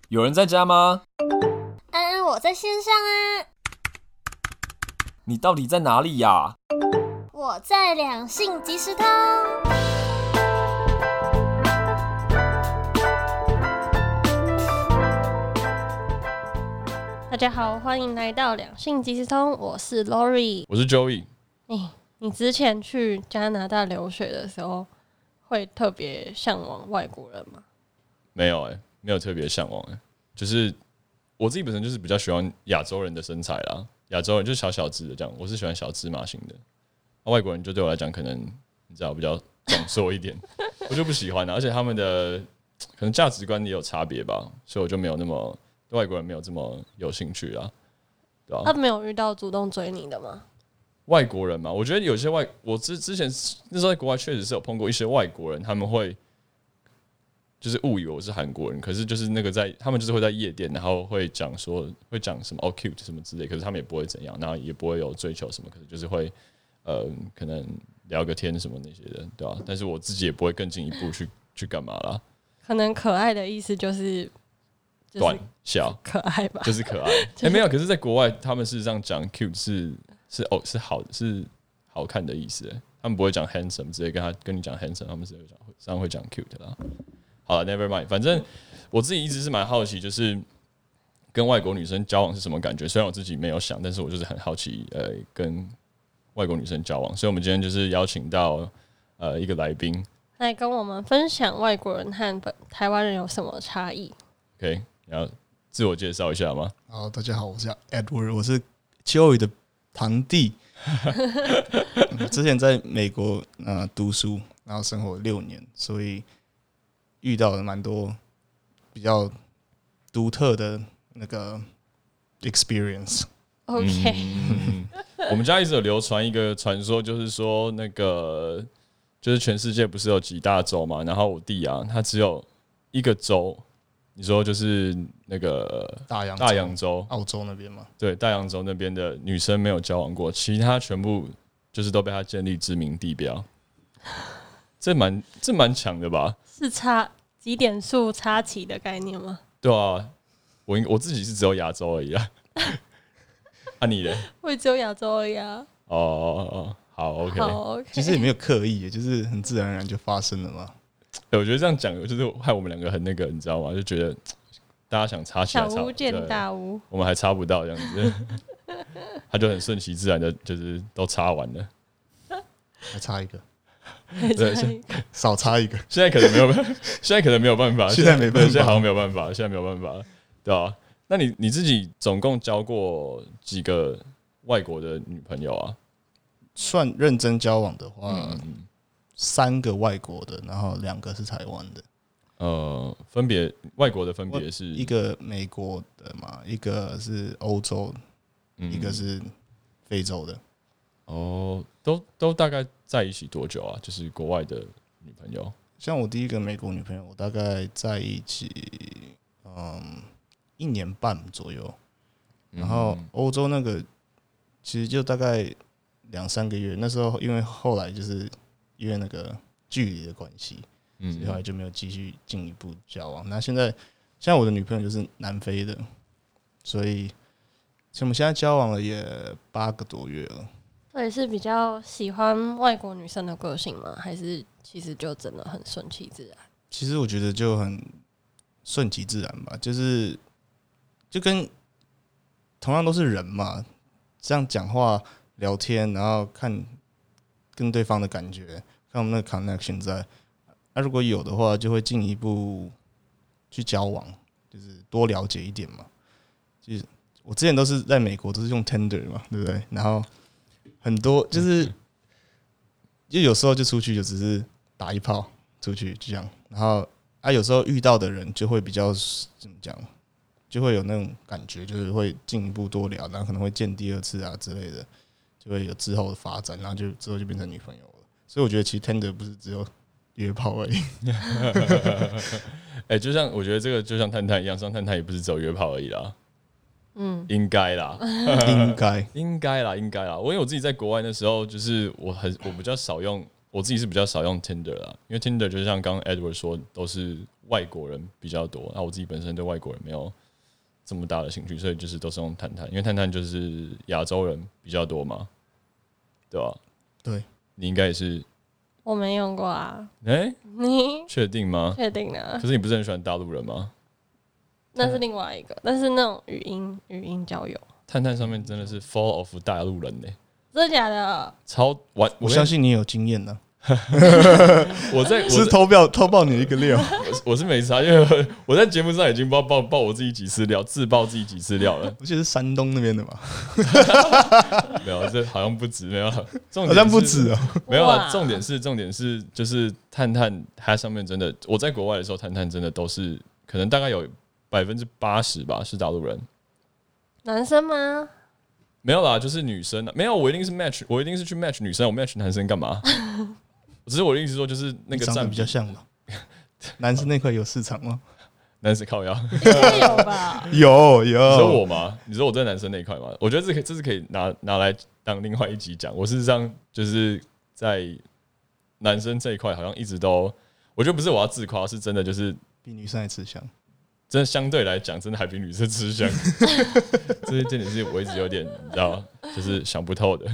有人在家吗？ 安安，我在线上啊。 你到底在哪里呀？ 我在两性即时通。大家好，欢迎来到两性即时通，我是 Lori， 我是 Joey。 你之前去加拿大留学的时候，会特别向往外国人吗？ 没有没有特别向往就是我自己本身就是比较喜欢亚洲人的身材啦，亚洲人就是小小只的这样，我是喜欢小芝麻型的。外国人就对我来讲，可能你知道比较壮硕一点，我就不喜欢而且他们的可能价值观也有差别吧，所以我就没有那么对外国人没有这么有兴趣啦，对吧？ 他没有遇到主动追你的吗？ 外国人嘛，我觉得有些我之前那时候在国外确实是有碰过一些外国人，他们会就是误以为我是韩国人，可是就是那个他们就是会在夜店，然后会讲什么哦 cute 什么之类，可是他们也不会怎样，然后也不会有追求什么，可是就是会可能聊个天什么那些的，对吧？但是我自己也不会更进一步去干嘛啦。 可能可爱的意思就是短小可爱吧， 就是可爱。没有，可是在国外他们事实上讲 cute 是好的，是好看的意思。他们不会讲 handsome， 直接跟你讲 handsome， 他们是会讲 cute 啦。好了 ，never mind， 反正我自己一直是蛮好奇，就是跟外国女生交往是什么感觉。虽然我自己没有想，但是我就是很好奇，跟外国女生交往。所以我们今天就是邀请到一个来宾， 来跟我们分享外国人和台湾人有什么差异。 OK， 你要自我介绍一下吗？ 好，大家好，我是 Edward， 我是 Joey 的堂弟。之前在美国读书，然后生活6年，所以遇到了蛮多比较独特的那个 experience。 OK， 我们家一直有流传一个传说，就是说那个就是全世界不是有几大洲嘛，然后我弟啊，他只有一个州，你说就是那个大洋洲， 澳洲那边嘛？ 对，大洋洲那边的女生没有交往过，其他全部就是都被他建立知名地标，这蛮强的吧？ 是差几点数差旗的概念吗？ 对啊，我自己是只有亚洲而已啊。啊，你呢？ 我也只有亚洲而已啊。 好 ，OK。 其实也没有刻意，就是很自然而然就发生了嘛。 我觉得这样讲就是害我们两个很那个，你知道吗？就觉得大家想插起来， 小巫见大巫， 我们还插不到这样子，他就很顺其自然的，就是都插完了， 还差一个， 对， 少差一个。 现在可能没有办法，现在没办法， 现在好像没有办法，现在没有办法，对吧？那你自己总共交过几个外国的女朋友啊？ 算认真交往的话，3个外国的，然后2个是台湾的。 分别外国的分别是一个美国的嘛，一个是欧洲，一个是非洲的。 都大概在一起多久啊？就是国外的女朋友。 像我第一个美国女朋友，我大概在一起1年半左右，然后欧洲那个其实就大概2-3个月。那时候因为后来就是因为那个距离的关系，所以后来就没有继续进一步交往。那现在我的女朋友就是南非的，所以我们现在交往了也8个多月了。 所以是比较喜欢外国女生的个性吗？还是其实就真的很顺其自然？ 其实我觉得就很顺其自然吧，就跟同样都是人嘛，这样讲话聊天，然后看跟对方的感觉，看我们那个 connection 在。如果有的话，就会进一步去交往，就是多了解一点嘛。就是我之前都是在美国都是用 Tinder 嘛，对不对？然后很多就有时候就出去就只是打一炮出去就这样，然后有时候遇到的人就会比较怎么讲，就会有那种感觉，就是会进一步多聊，然后可能会见第2次啊之类的，就会有之后的发展，然后之后就变成女朋友了。所以我觉得其实 Tinder 不是只有约炮而已。 就像我觉得这个就像探探一样，上探探也不是只有约炮而已啦。应该啦， 应该啦。因为我自己在国外那时候，就是我比较少用， 我自己是比较少用 Tinder 啦，因为 Tinder 就像刚刚 Edward 说，都是外国人比较多。那我自己本身对外国人没有这么大的兴趣，所以就是都是用探探，因为探探就是亚洲人比较多嘛，对吧？ 对， 你应该也是， 我没用过啊。 你确定吗？ 确定啊？ 可是你不是很喜欢大陆人吗？ 那是另外一个，但是那种语音交友， 探探上面真的是 full of 大陆人呢、 真的假的？ 超完， 我相信你有经验的，是偷爆你一个料。 我是没差，因为我在节目上已经爆我自己几次料，自爆自己几次料了。 而且是山东那边的嘛？ 没有，这好像不止，没有，好像不止哦。 没有啊，重点是，就是探探它上面真的，我在国外的时候，探探真的都是可能大概有80%吧是大陆人。 男生吗？ 没有啦，就是女生、啊。没有，我一定是去 match 女生，我 match 男生干嘛？只是我的意思说，就是那个占比较像吧。男生那块有市场吗？ 男生靠腰应该有吧？ 有。 你说我吗？你说我在男生那一块吗？我觉得这是可以拿来当另外一集讲。我事实上就是在男生这一块，好像一直都，我觉得不是我要自夸，是真的就是比女生还吃香。 真的相对来讲，真的还比女生吃香。这点是我一直有点你知道，就是想不透的。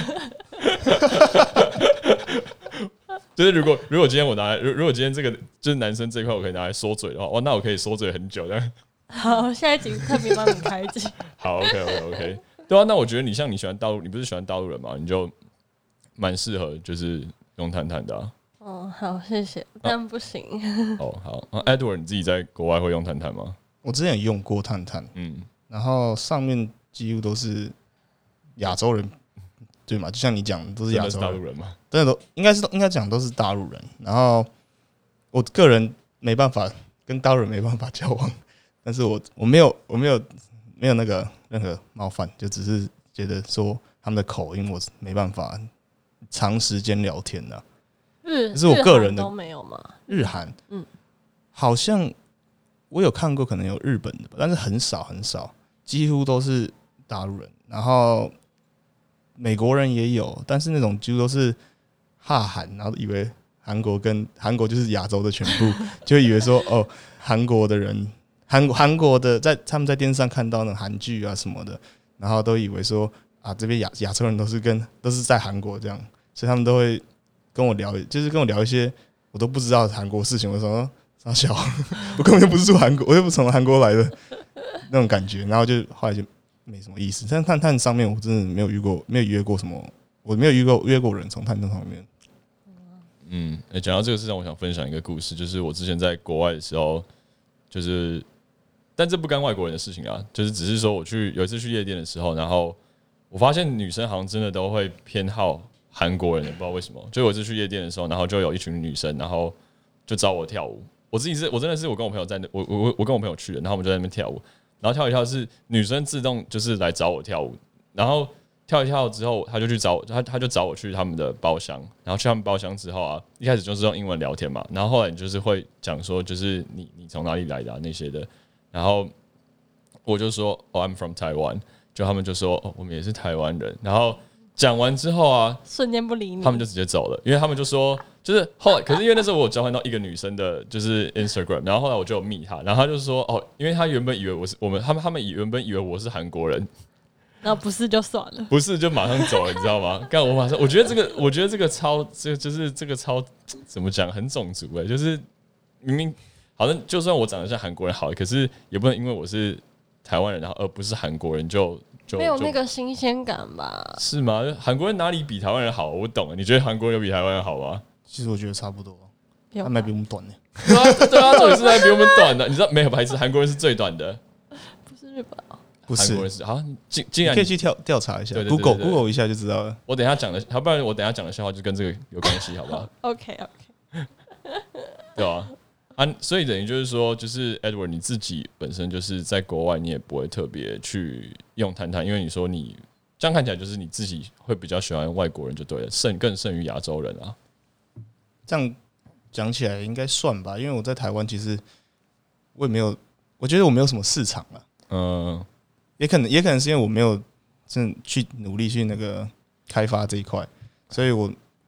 就是如果今天我拿来，如果今天这个就是男生这一块我可以拿来说嘴的话，哇，那我可以说嘴很久的。 好，下一集特别帮你开机。 好 ，OK， 对啊，那我觉得你像你喜欢大陆，你不是喜欢大陆人吗？你就蛮适合就是用探探的啊。 哦，好，谢谢，但不行。 哦，好，Edward， 你自己在国外会用探探吗？ 我之前有用过探探，然后上面几乎都是亚洲人，对嘛？就像你讲，都是亚洲人， 大陆人吗？ 真的都应该讲都是大陆人。然后我个人没办法跟大陆人没办法交往，但是我没有那个任何冒犯，就只是觉得说他们的口音我没办法长时间聊天的、啊。这是我个人的都没有吗？ 日韩，好像我有看过，可能有日本的吧，但是很少，几乎都是大陆人。然后美国人也有，但是那种几乎都是哈韩，然后以为韩国就是亚洲的全部，就会以为说哦，韩国的人，韩国的他们在电视上看到那种韩剧啊什么的，然后都以为说啊这边亚洲人都是在韩国这样，所以他们都会跟我聊一些我都不知道韩国事情。我说傻小，我根本就不是住韩国，我又不是从韩国来的那种感觉，然后就后来就没什么意思。但探探上面我真的没有约过什么，我没有约过人从探探上面。 讲到这个事情，我想分享一个故事，就是我之前在国外的时候，就是但这不干外国人的事情啊，就是只是说有一次去夜店的时候，然后我发现女生好像真的都会偏好韩国人的，不知道为什么。就有一次去夜店的时候，然后就有一群女生，然后就找我跳舞。我真的是我跟我朋友我跟我朋友去的，然后我们就在那边跳舞，然后跳一跳是女生自动就是来找我跳舞，然后跳一跳之后，他就找我去他们的包厢，然后去他们包厢之后啊，一开始就是用英文聊天嘛，然后后来你就是会讲说就是你从哪里来的那些的，然后我就说I'm from Taiwan， 就他们就说我们也是台湾人，然后讲完之后啊， 瞬间不理你， 他们就直接走了，因为他们就说，就是后来，可是因为那时候我有交换到一个女生的，就是 Instagram， 然后后来我就有密她，然后她就说，因为她原本以为他们原本以为我是韩国人， 然后不是就算了， 不是就马上走了，你知道吗？干我马上，我觉得这个超，就是这个超怎么讲，很种族就是明明好像就算我长得像韩国人好，可是也不能因为我是台湾人，然后而不是韩国人就没有那个新鲜感吧？ 是吗？韩国人哪里比台湾人好？我懂了，你觉得韩国人有比台湾人好吗？ 其实我觉得差不多，他们还比我们短呢。 对啊，重点是还比我们短的。你知道没有？白痴，韩国人是最短的， 不是日本哦， 不是韩国人是好，竟然你可以去调查一下，Google 一下就知道了。 我等一下讲的，要不然我等一下讲的笑话就跟这个有关系，好不好 ？OK， 对吧？所以等于就是说，就是 Edward 你自己本身就是在国外，你也不会特别去用探探，因为你说你这样看起来就是你自己会比较喜欢外国人就对了，更胜于亚洲人啊。 这样讲起来应该算吧，因为我在台湾其实我也没有，我觉得我没有什么市场啊。也可能是因为我没有真的去努力去那个开发这一块，所以我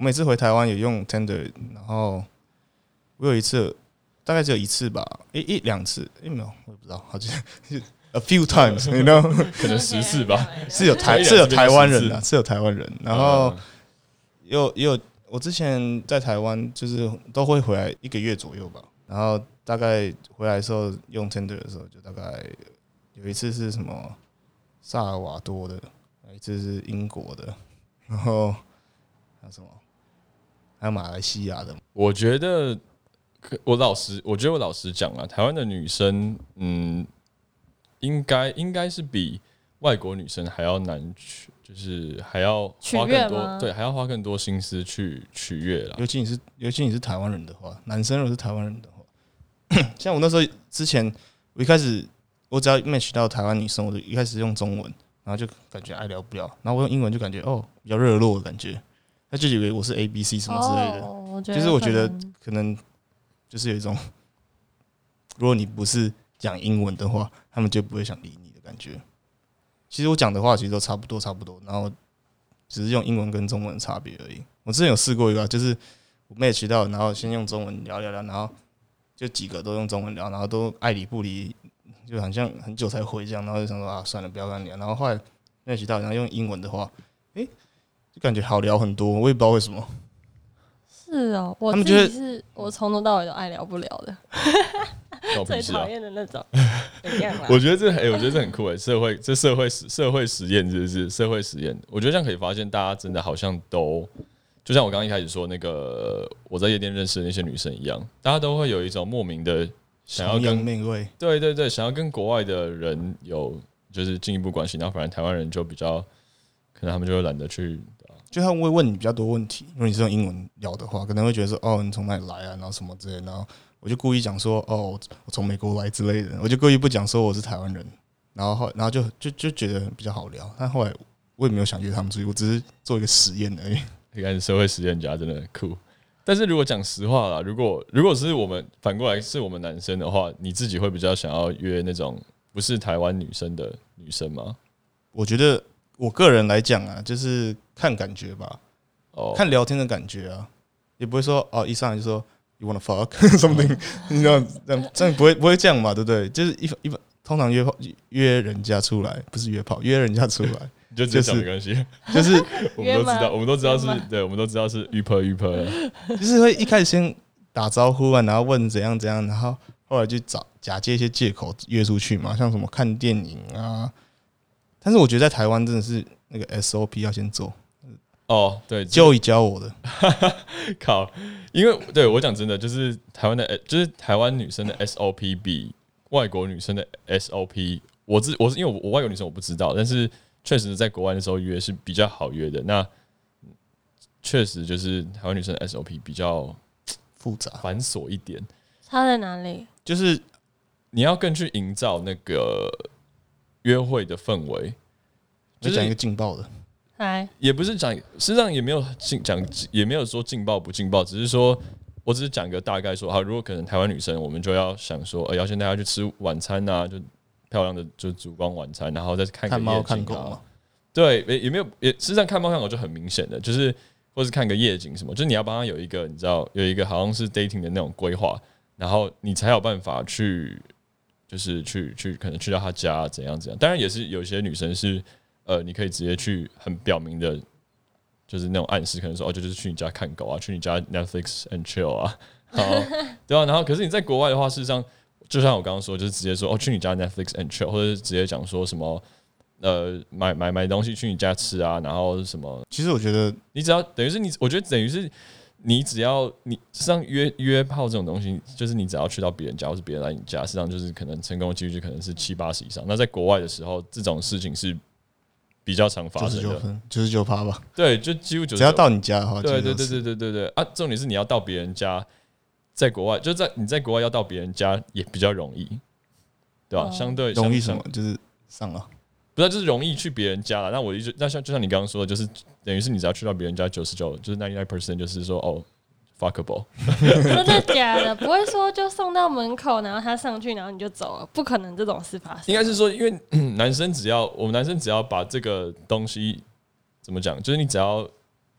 我每次回台湾有用 Tinder， 然后我有一次大概只有一次吧，一两次，没有，我也不知道，好像 a few times，you know， 可能10次吧， 是有台湾人啊，是有台湾人，然后也有我之前在台湾就是都会回来1个月左右吧，然后大概回来的时候用 Tinder 的时候，就大概有一次是什么萨尔瓦多的，一次是英国的，然后还有什么？还有马来西亚的。 我觉得我老实讲啊，台湾的女生，应该是比外国女生还要难就是还要花更多，对，还要花更多心思去取悦啦。 尤其你是台湾人的话，男生如果是台湾人的话，像我那时候之前，我一开始我只要 match 到台湾女生，我就一开始用中文，然后就感觉爱聊不了，然后我用英文就感觉比较热络的感觉，他就以为我是 ABC 什么之类的，就是我觉得可能就是有一种，如果你不是讲英文的话，他们就不会想理你的感觉。其实我讲的话其实都差不多，然后只是用英文跟中文的差别而已。我之前有试过一个，就是我 match 到，然后先用中文聊，然后就几个都用中文聊，然后都爱理不理，就好像很久才回这样，然后就想说啊，算了，不要跟他聊。然后后来 match 到，然后用英文的话，就感觉好聊很多，我也不知道为什么。 是哦，我自己是我从头到尾都爱聊不聊的，最讨厌的那种。 我觉得这很酷诶，社会实验，就是社会实验。我觉得这样可以发现，大家真的好像都，就像我刚刚一开始说那个我在夜店认识的那些女生一样，大家都会有一种莫名的想要跟对，想要跟国外的人有就是进一步关系，然后反正台湾人就比较，可能他们就会懒得去。 就他们会问你比较多问题，如果你是用英文聊的话，可能会觉得说你从哪里来啊，然后什么之类的，然后我就故意讲说我从美国来之类的，我就故意不讲说我是台湾人，然后就觉得比较好聊。但后来我也没有想约他们出去，我只是做一个实验而已。 你看社会实验家真的很酷。但是如果讲实话啦，如果是我们反过来是我们男生的话，你自己会比较想要约那种不是台湾女生的女生吗？ 我觉得我个人来讲啊，就是看感觉吧，看聊天的感觉啊，也不会说一上来就说 you wanna fuck something， 你知道这样不会这样嘛，对不对？就是通常约人家出来，不是约炮，约人家出来， 你就直接讲没关系， 就是我们都知道是对，我们都知道是预破了， 就是会一开始先打招呼啊，然后问怎样，然后后来就假借一些借口约出去嘛，像什么看电影啊。但是我觉得在台湾真的是那个 SOP 要先做。 对， Joey 教我的。 靠，因为对我讲真的，就是台湾女生的 SOP 比外国女生的 SOP， 我是因为我外国女生我不知道，但是确实在国外的时候约是比较好约的。那确实就是台湾女生的 SOP 比较复杂繁琐一点。 差在哪里？ 就是你要更去营造那个约会的氛围。 就讲一个劲爆的。 也不是讲，事实上也没有讲，也没有说劲爆不劲爆，只是说我只是讲个大概说，好，如果可能台湾女生，我们就要想说，要先带她去吃晚餐啊，就漂亮的就烛光晚餐，然后再看猫看狗嘛。 对，也没有，事实上看猫看狗就很明显的，就是或是看个夜景什么，就是你要帮她有一个你知道有一个好像是 dating 的那种规划，然后你才有办法去，就是去可能去到她家怎样。当然也是有些女生是。你可以直接去很表明的，就是那种暗示，可能说就是去你家看狗啊，去你家 Netflix and chill 啊，好，对啊。然后可是你在国外的话，事实上就像我刚刚说，就是直接说去你家 Netflix and chill， 或者是直接讲说什么买东西去你家吃啊，然后什么。 其实我觉得你只要等于是我觉得等于是你只要你实际上约炮这种东西，就是你只要去到别人家或是别人来你家，实际上就是可能成功的几率就可能是70-80%以上。那在国外的时候，这种事情是比较常发生的 ，99%吧。 对，就几乎99%。 只要到你家的话， 对啊，重点是你要到别人家，在国外就你在国外要到别人家也比较容易，对吧？相对容易什么？就是上了， 不是就是容易去别人家了。那就像你刚刚说的，就是等于是你只要去到别人家99%，就是99%，就是说fuckable， 真的假的？不会说就送到门口，然后他上去，然后你就走了，不可能这种事发生。 应该是说，因为我们男生只要把这个东西怎么讲，就是你只要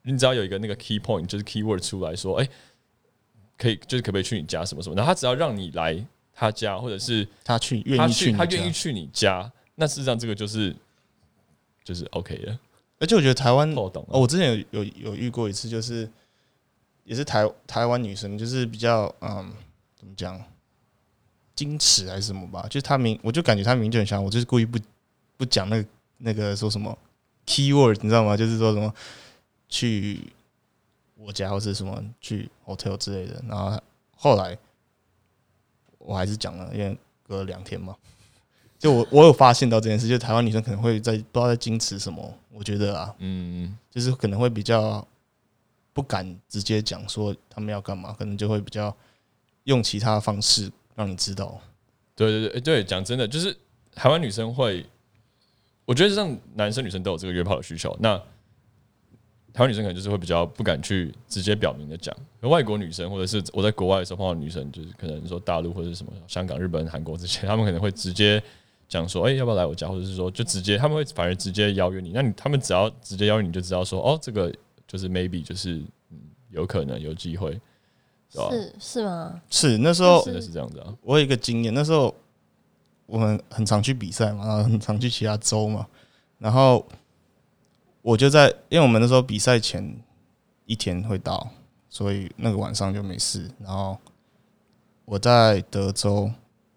你只要有一个那个 key point， 就是 keyword 出来说，可以就是可不可以去你家什么什么，然后他只要让你来他家，或者是他愿意去你家，那事实上这个就是 OK 的。 而且我觉得台湾我之前有遇过一次，就是也是台湾女生，就是比较怎么讲，矜持还是什么吧，就是我就感觉她明明就很想我，就是故意不讲那个说什么 keyword， 你知道吗？就是说什么去我家或是什么去 hotel 之类的，然后后来我还是讲了，因为隔了2天嘛。就我有发现到这件事，就台湾女生可能会不知道在矜持什么，我觉得啊，就是可能会比较不敢直接讲说他们要干嘛，可能就会比较用其他方式让你知道。 对，讲真的，就是台湾女生会，我觉得像男生女生都有这个约炮的需求，那台湾女生可能就是会比较不敢去直接表明的讲，而外国女生或者是我在国外的时候碰到的女生，就是可能说大陆或者是什么香港、日本、韩国这些，他们可能会直接讲说，要不要来我家，或者是说就直接他们会反而直接邀约你，那他们只要直接邀约你就知道说，这个就是 maybe 就是有可能有机会，对吧？ 是吗？ 是那时候真的是这样子啊。 我有一个经验，那时候我们很常去比赛嘛，然后很常去其他州嘛，然后我就因为我们那时候比赛前1天会到，所以那个晚上就没事。然后我在德州、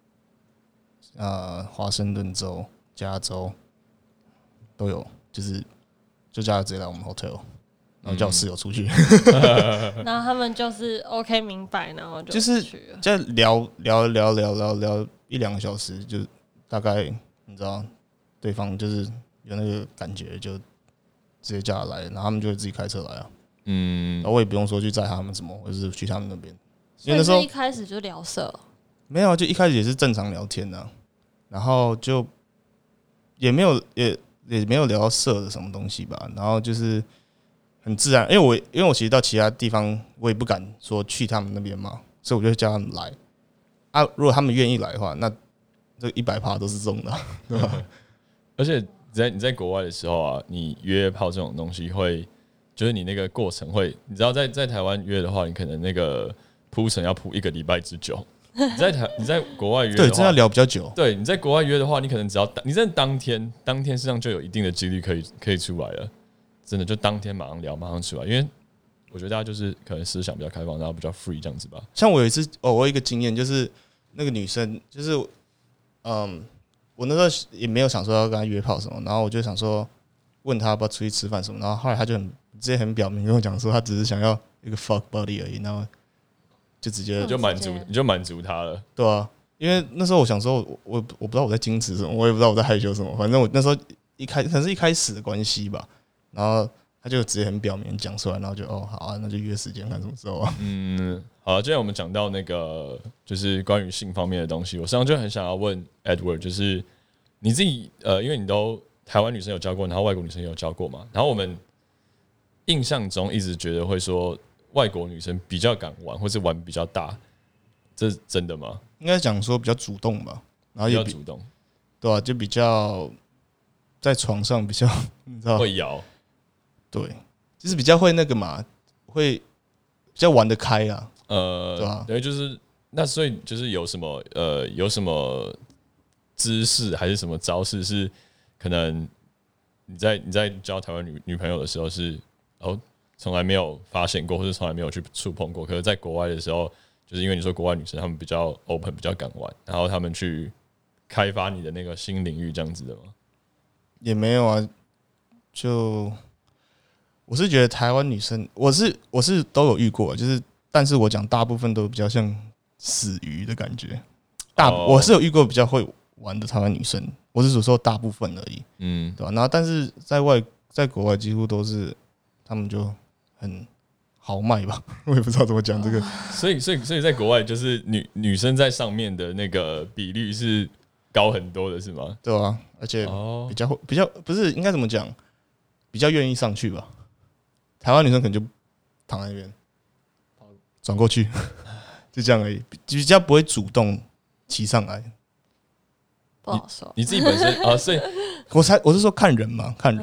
华盛顿州、加州都有，就叫他直接来我们 hotel， 然后叫我室友出去， 然后他们就是 OK 明白，然后就是去了在聊1-2个小时，就大概你知道对方就是有那个感觉，就直接叫他来，然后他们就会自己开车来啊。然后我也不用说去载他们什么，或者是去他们那边。因为那时候一开始就聊色， 没有，就一开始也是正常聊天的，然后就也没有聊到色的什么东西吧，然后就是很自然，因为我其实到其他地方我也不敢说去他们那边嘛，所以我就叫他们来啊。如果他们愿意来的话，那这100%都是中的，对吧？ 而且你在国外的时候啊，你约炮这种东西会，就是你那个过程会，你知道在台湾约的话，你可能那个铺陈要铺1个礼拜之久。你在国外约的话， 对，真的要聊比较久。 对，你在国外约的话，你可能只要你在当天实际上就有一定的几率可以出来了，真的就当天马上聊，马上出来，因为我觉得大家就是可能思想比较开放，然后比较 free 这样子吧。 像我有一次，我有一个经验，就是那个女生，就是我那时候也没有想说要跟她约炮什么，然后我就想说问她要不要出去吃饭什么，然后后来她就直接很表明跟我讲说，她只是想要一个 fuck buddy 而已，然后就直接你就满足她了， 对啊，因为那时候我想说，我不知道我在矜持什么，我也不知道我在害羞什么，反正我那时候可能是一开始的关系吧，然后他就直接很表明讲出来，然后就好啊，那就约时间看什么时候啊。 好，既然我们讲到那个就是关于性方面的东西，我实际上就很想要问 Edward， 就是你自己因为你都台湾女生有教过，然后外国女生也有教过嘛，然后我们印象中一直觉得会说外国女生比较敢玩，或是玩比较大，这是真的吗？ 应该讲说比较主动吧，然后也比较主动， 对啊，就比较在床上比较你知道会摇， 对，就是比较会那个嘛，会比较玩得开啊。对啊， 对，就是那所以就是有什么姿势还是什么招式是可能你在交台湾女朋友的时候是从来没有发现过，或者从来没有去触碰过，可是在国外的时候，就是因为你说国外女生她们比较 open， 比较敢玩，然后她们去开发你的那个新领域这样子的吗？ 也没有啊，就我是觉得台湾女生，我是都有遇过，就是但是我讲大部分都比较像死鱼的感觉。我是有遇过比较会玩的台湾女生，我是只说大部分而已，对吧？然后但是在国外几乎都是他们就很豪迈吧，我也不知道怎么讲这个。 所以在国外就是女生在上面的那个比率是高很多的，是吗？ 对啊，而且比较不是应该怎么讲，比较愿意上去吧。台湾女生可能就躺在那边，转过去，就这样而已，比较不会主动骑上来。 不好说。 你自己本身所以我是说看人嘛，看人。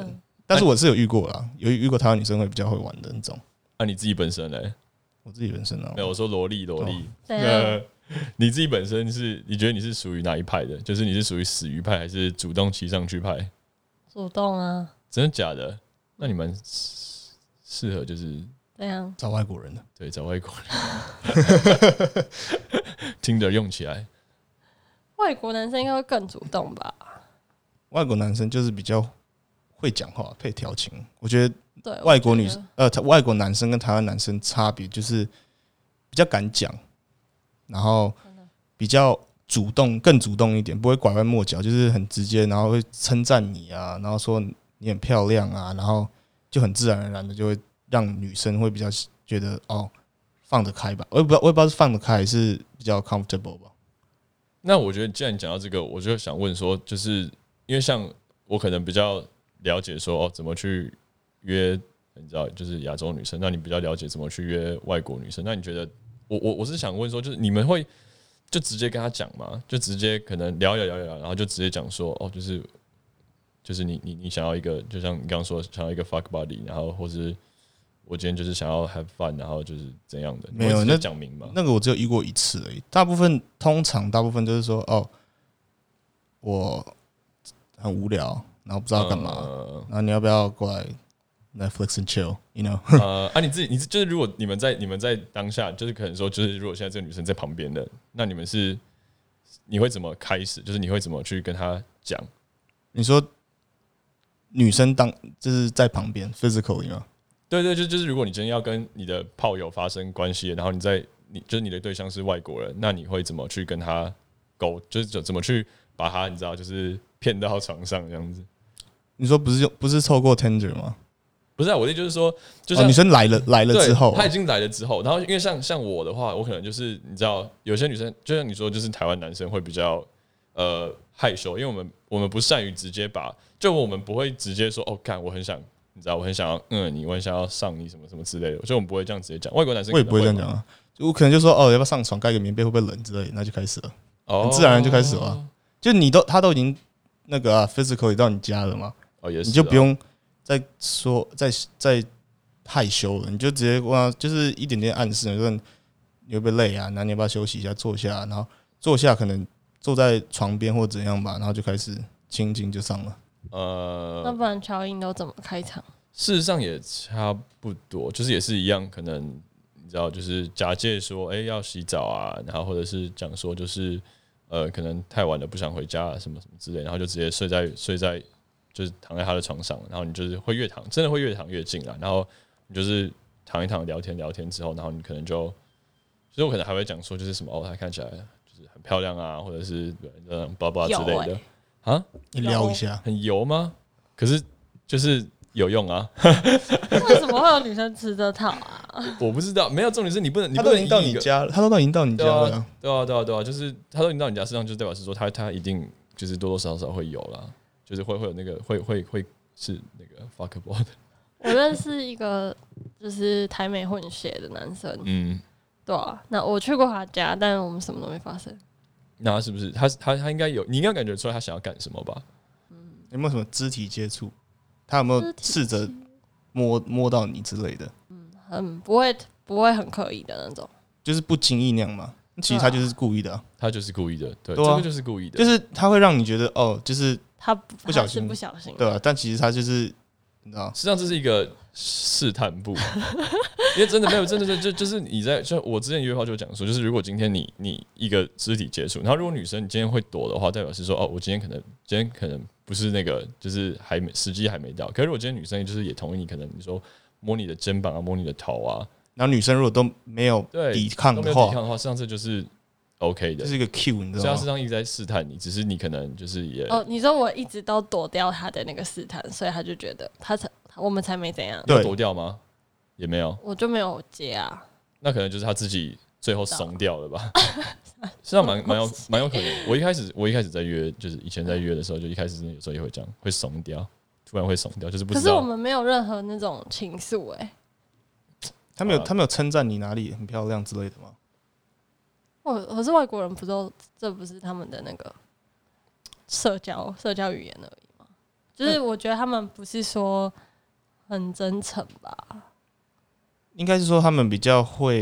但是我是有遇过啦，有遇过台湾女生会比较会玩的那种。 你自己本身呢？ 我自己本身啊， 没有，我说萝莉，你自己本身你觉得你是属于哪一派的？就是你是属于死鱼派，还是主动骑上去派？ 主动啊。 真的假的？那你们适合就是这样找外国人的， 对，找外国人，听着用起来。 外国男生应该会更主动吧？ 外国男生就是比较会讲话，配调情。我觉得对， 外国女生外国男生跟台湾男生差别就是比较敢讲，然后比较主动，更主动一点，不会拐弯抹角，就是很直接，然后会称赞你啊，然后说你很漂亮啊，然后就很自然而然的就会让女生会比较觉得放得开吧。我也不知道是放得开还是比较 comfortable 吧。 那我觉得，既然你讲到这个，我就想问说，就是因为像我可能比较了解说怎么去约，你知道，就是亚洲女生，那你比较了解怎么去约外国女生，那你觉得我是想问说，就是你们会就直接跟她讲吗？就直接可能聊，然后就直接讲说就是你想要一个，就像你刚刚说想要一个 fuck buddy， 然后或是我今天就是想要 have fun， 然后就是怎样的？ 没有，那讲明吗？ 那个我只有遇过一次而已。通常大部分就是说我很无聊，然后不知道干嘛，然后你要不要过来 Netflix and chill，you know？ 你就是如果你们在当下，就是可能说，就是如果现在这个女生在旁边的，那你会怎么开始？就是你会怎么去跟她讲？ 你说女生就是在旁边 physically 吗？ 对，就是如果你今天要跟你的炮友发生关系，然后就是你的对象是外国人，那你会怎么去跟他就是怎么去把他你知道就是骗到床上这样子？ 你说不是透过 Tinder 吗？ 不是啊，我的意思就是说，就像女生来了之后， 她已经来了之后，然后因为像我的话，我可能就是你知道，有些女生就像你说，就是台湾男生会比较害羞，因为我们不善于直接就我们不会直接说干我很想。你知道我很想要你，我很想要上你什么什么之类的，所以我们不会这样直接讲。外国男生我也不会这样讲啊，我可能就说要不要上床盖个棉被会不会冷之类的，那就开始了，很自然的就开始了。就他都已经那个physical 到你家了嘛， 也是， 你就不用再说再害羞了，你就直接问，就是一点点暗示，说你会不会累啊？那你要不要休息一下，坐下，然后坐下可能坐在床边或怎样吧，然后就开始亲近就上了。 那不然乔英都怎么开场？ 事实上也差不多，就是也是一样，可能你知道，就是假借说，要洗澡啊，然后或者是讲说，就是可能太晚了不想回家啊，什么什么之类，然后就直接睡在就是躺在他的床上，然后你就是会越躺，真的会越躺越近啦，然后你就是躺一躺聊天之后，然后你可能所以我可能还会讲说，就是什么她看起来就是很漂亮啊，或者是巴拉之类的。 你撩一下， 很油吗？可是就是有用啊。 为什么会有女生吃这套啊？ 我不知道，没有重点是你不能， 他都已经到你家了，他都已经到你家了。 对啊，就是他都已经到你家，实际上就代表是说他一定就是多多少少会有啦，就是会有那个会是那个 fuckable 的。 我认识一个就是台美混血的男生，对啊，那我去过他家，但我们什么都没发生。 那他是不是他应该有？你应该感觉出来他想要干什么吧？ 有没有什么肢体接触？他有没有试着摸到你之类的？ 不会很刻意的那种， 就是不经意那样嘛。其实他就是故意的啊， 他就是故意的，对， 对啊， 这个就是故意的， 就是他会让你觉得就是他不小心，对啊，但其实他就是你知道， 实际上这是一个试探步，因为真的没有，真的就是你就我之前约炮就讲说，就是如果今天你一个肢体接触，然后如果女生你今天会躲的话，代表是说我今天可能不是那个，就是时机还没到。可是如果今天女生就是也同意你，可能你说摸你的肩膀啊，摸你的头啊， 然后女生如果都没有抵抗的话， 实际上这就是 OK 的， 这是一个 Q， 你知道吗？ 实际上一直在试探你，只是你可能就是也你说我一直都躲掉他的那个试探，所以他就觉得我们才没怎样。 有躲掉吗？也没有， 我就没有接啊。 那可能就是他自己最后怂掉了吧？实际上蛮有可能。我一开始在约，就是以前在约的时候，就一开始有时候也会这样，会怂掉，突然会怂掉，就是不知道。 可是我们没有任何那种情愫他没有称赞你哪里很漂亮之类的吗？ 可是外国人这不是他们的那个社交语言而已吗？ 就是我觉得他们不是说很真诚吧， 应该是说他们比较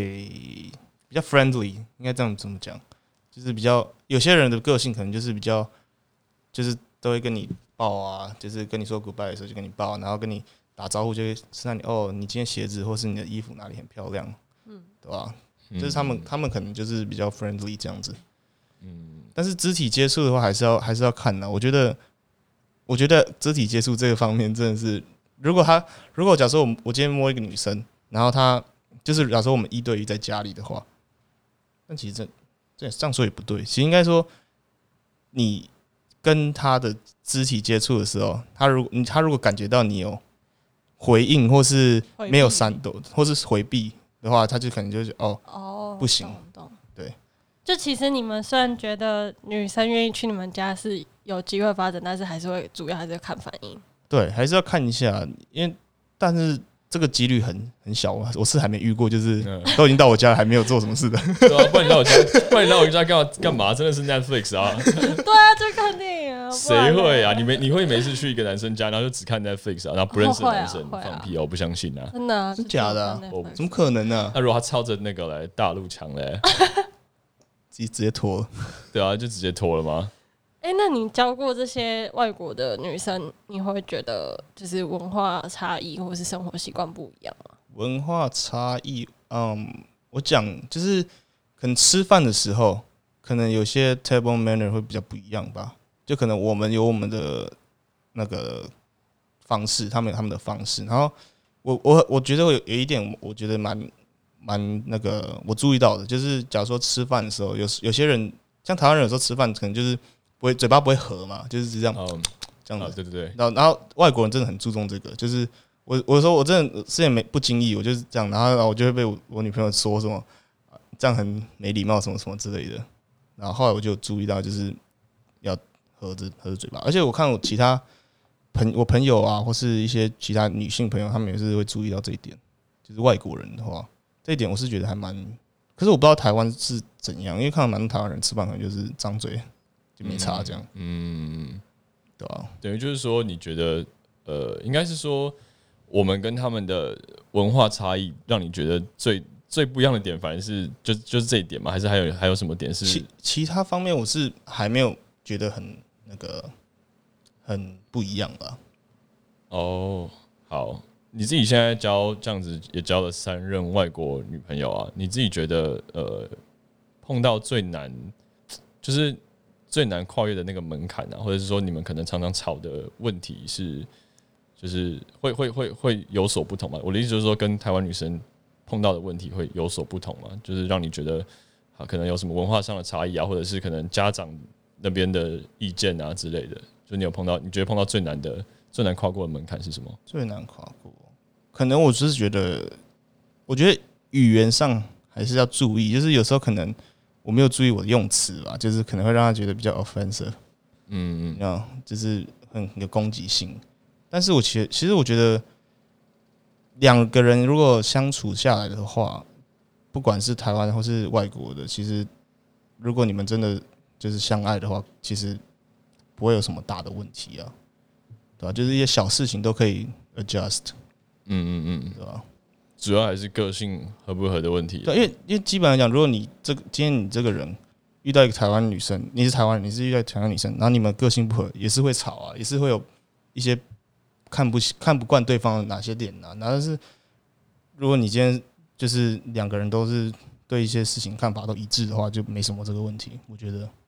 friendly， 应该这样怎么讲？就是比较有些人的个性可能就是比较，就是都会跟你抱啊，就是跟你说 goodbye 的时候就跟你抱，然后跟你打招呼就会称赞你哦，你今天鞋子或是你的衣服哪里很漂亮，对吧？就是他们可能就是比较 friendly 这样子，但是肢体接触的话还是要看的。我觉得肢体接触这个方面真的是，如果假设我今天摸一个女生，然后她就是假设我们1对1在家里的话，但其实这样说也不对，其实应该说你跟她的肢体接触的时候，她如果感觉到你有回应或是没有闪躲或是回避的话，她就可能就是不行， 懂对。 就其实你们虽然觉得女生愿意去你们家是有机会发展，但是主要还是看反应。对， 还是要看一下，但是这个几率很小，我是还没遇过，就是都已经到我家了还没有做什么事的。 对啊，不然你到我家干嘛？真的是 Netflix 啊？ 对啊，就看电影啊。 谁会啊？你会每次去一个男生家，然后就只看 Netflix 啊，然后不认识的男生放屁啊？我不相信啊！ 真的啊？ 真假的啊？怎么可能呢？ 那如果他操着那个来大陆墙嘞？ 直接脱了。 对啊，就直接脱了吗？ 那你教过这些外国的女生，你会觉得就是文化差异或是生活习惯不一样吗？ 文化差异，我讲就是可能吃饭的时候，可能有些 table manner 会比较不一样吧。就可能我们有我们的那个方式，他们有他们的方式。然后我觉得有一点，我觉得蛮那个我注意到的，就是假如说吃饭的时候，有些人像台湾人有时候吃饭可能就是不会嘴巴不会合嘛，就是这样这样子。 对。 然后外国人真的很注重这个，就是我说我真的之前不经意，我就是这样，然后我就会被我女朋友说什么这样很没礼貌什么什么之类的。然后后来我就注意到，就是要合着嘴巴，而且我看我其他我朋友啊，或是一些其他女性朋友，他们也是会注意到这一点。就是外国人的话，这一点我是觉得还蛮，可是我不知道台湾是怎样，因为看到蛮多台湾人吃饭可能就是张嘴就没差这样，对吧？ 等于就是说，你觉得应该是说我们跟他们的文化差异，让你觉得最不一样的点，反而是就是这一点吗？还是还有什么点是其他方面我是还没有觉得很不一样吧？ 哦，好。你自己现在这样子也交了3任外国女朋友啊，你自己觉得碰到最难跨越的那个门槛啊，或者是说你们可能常常吵的问题是，就是会有所不同吗？我的意思就是说，跟台湾女生碰到的问题会有所不同吗？就是让你觉得可能有什么文化上的差异啊，或者是可能家长那边的意见啊之类的，就你觉得碰到最难跨过的门槛是什么？最难跨过。 可能我只是觉得，我觉得语言上还是要注意，就是有时候可能我没有注意我的用词吧，就是可能会让他觉得比较 offensive，就是很有攻击性。但是其实我觉得2个人如果相处下来的话，不管是台湾或是外国的，其实如果你们真的就是相爱的话，其实不会有什么大的问题啊，对吧？就是一些小事情都可以 adjust。对吧？ 主要还是个性合不合的问题。 对，因为基本来讲，如果今天你这个人遇到一个台湾女生，你是台湾人，你是遇到台湾女生，然后你们个性不合，也是会吵啊，也是会有一些看不惯对方的哪些点啊。但是如果你今天就是2个人都是对一些事情看法都一致的话，就没什么这个问题，我觉得。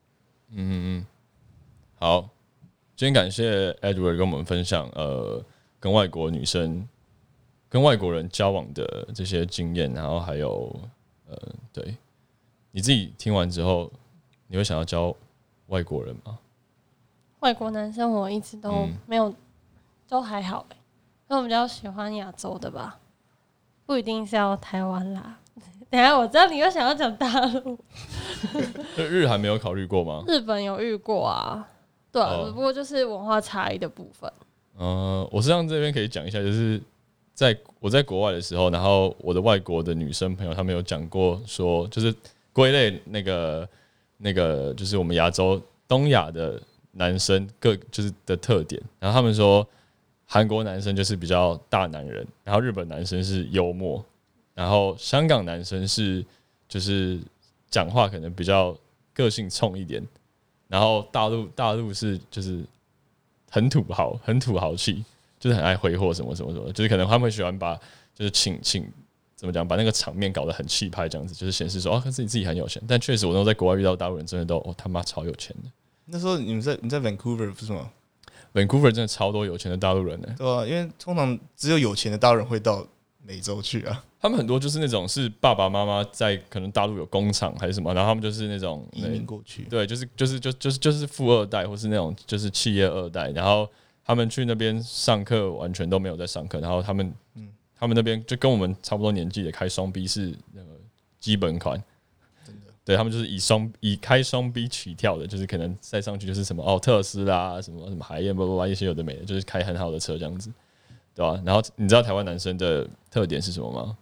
好，今天感谢 Edward 跟我们分享跟外国女生、跟外国人交往的这些经验，然后还有对你自己听完之后，你会想要交外国人吗？ 外国男生我一直都没有，都还好因为我比较喜欢亚洲的吧，不一定是要台湾啦。等一下我知道你又想要讲大陆， 日韩没有考虑过吗？ 日本有遇过啊，对啊，不过就是文化差异的部分。 我实际上这边可以讲一下，就是我在国外的时候，然后我的外国的女生朋友，她们有讲过说，就是归类那个就是我们东亚的男生就是的特点，然后他们说韩国男生就是比较大男人，然后日本男生是幽默，然后香港男生是就是讲话可能比较个性冲一点，然后大陆是就是很土豪气，就是很爱挥霍什么什么什么，就是可能他们会喜欢把就是请怎么讲，把那个场面搞得很气派，这样子就是显示说哦，自己很有钱。但确实，我那时候在国外遇到大陆人，真的都他妈超有钱的。 那时候你在 Vancouver 不是吗 ？Vancouver 真的超多有钱的大陆人呢。 对啊，因为通常只有有钱的大陆人会到美洲去啊。 他们很多就是那种是爸爸妈妈在可能大陆有工厂还是什么，然后他们就是那种移民过去， 对，就是富二代或是那种就是企业二代，然后他们去那边上课完全都没有在上课，然后他们那边就跟我们差不多年纪的开双 B 是那个基本款，真的，对他们就是以开双 B 起跳的，就是可能再上去就是什么特斯拉什么海燕一些有的没的，就是开很好的车这样子，对吧？然后你知道台湾男生的特点是什么吗？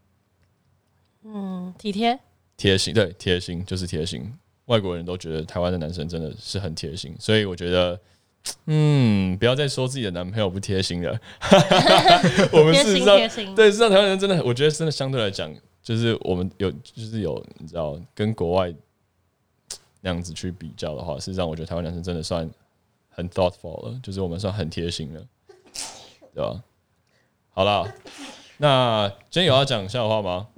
体贴、 贴心，对，贴心就是贴心。外国人都觉得台湾的男生真的是很贴心，所以我觉得。不要再说自己的男朋友不贴心了。我们事实上对，事实上台湾人真的，我觉得真的相对来讲，就是我们就是有你知道，跟国外那样子去比较的话，事实上我觉得台湾男生真的算很 thoughtful 了，就是我们算很贴心了，对吧？好啦，那今天有要讲笑话吗？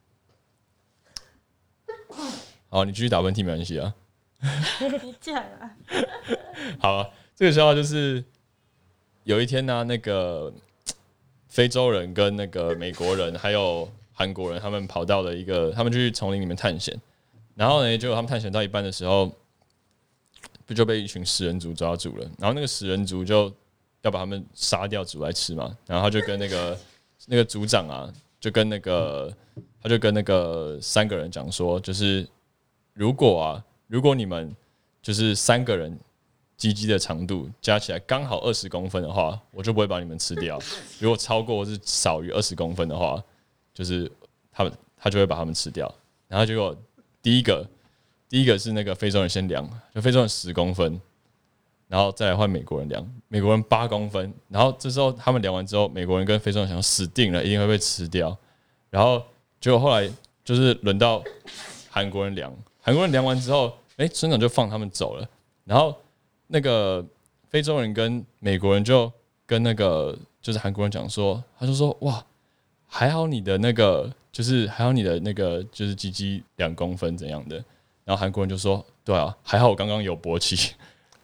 好，你继续打喷嚏没关系啊。 你讲啊。 好啊。这个笑话就是有一天呢、那个非洲人跟那个美国人还有韩国人，他们跑到了他们去丛林里面探险，然后呢，结果他们探险到一半的时候，不就被一群食人族抓住了？然后那个食人族就要把他们杀掉煮来吃嘛，然后他就跟那个族长啊，他就跟那个3个人讲说，就是如果你们就是3个人。鸡鸡的长度加起来刚好20公分的话，我就不会把你们吃掉。如果超过或是少于20公分的话，就是他就会把他们吃掉。然后结果第一个是那个非洲人先量，就非洲人10公分，然后再来换美国人量，美国人8公分。然后这时候他们量完之后，美国人跟非洲人想死定了，一定会被吃掉。然后结果后来就是轮到韩国人量，韩国人量完之后，村长就放他们走了。然后那个非洲人跟美国人就跟那个就是韩国人讲说，他就说哇，还好你的那个就是鸡鸡2公分怎样的，然后韩国人就说对啊，还好我刚刚有勃起。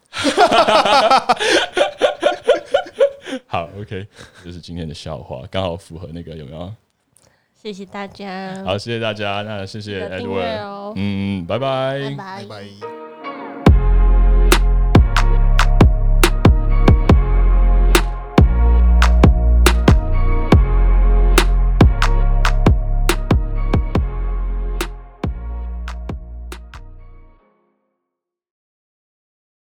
好 ，OK， 就是今天的笑话，刚好符合那个有没有？ 谢谢大家。 好，谢谢大家，那谢谢 Edward， 哦， 拜拜， 拜拜。